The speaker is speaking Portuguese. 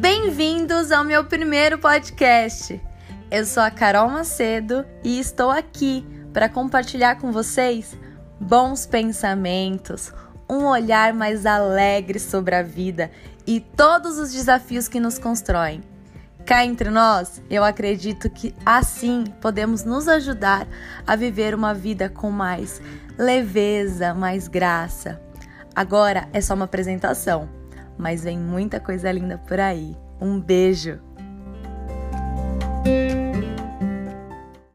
Bem-vindos ao meu primeiro podcast. Eu sou a Carol Macedo e estou aqui para compartilhar com vocês bons pensamentos, um olhar mais alegre sobre a vida e todos os desafios que nos constroem. Cá entre nós, eu acredito que assim podemos nos ajudar a viver uma vida com mais leveza, mais graça. Agora é só uma apresentação, mas vem muita coisa linda por aí. Um beijo!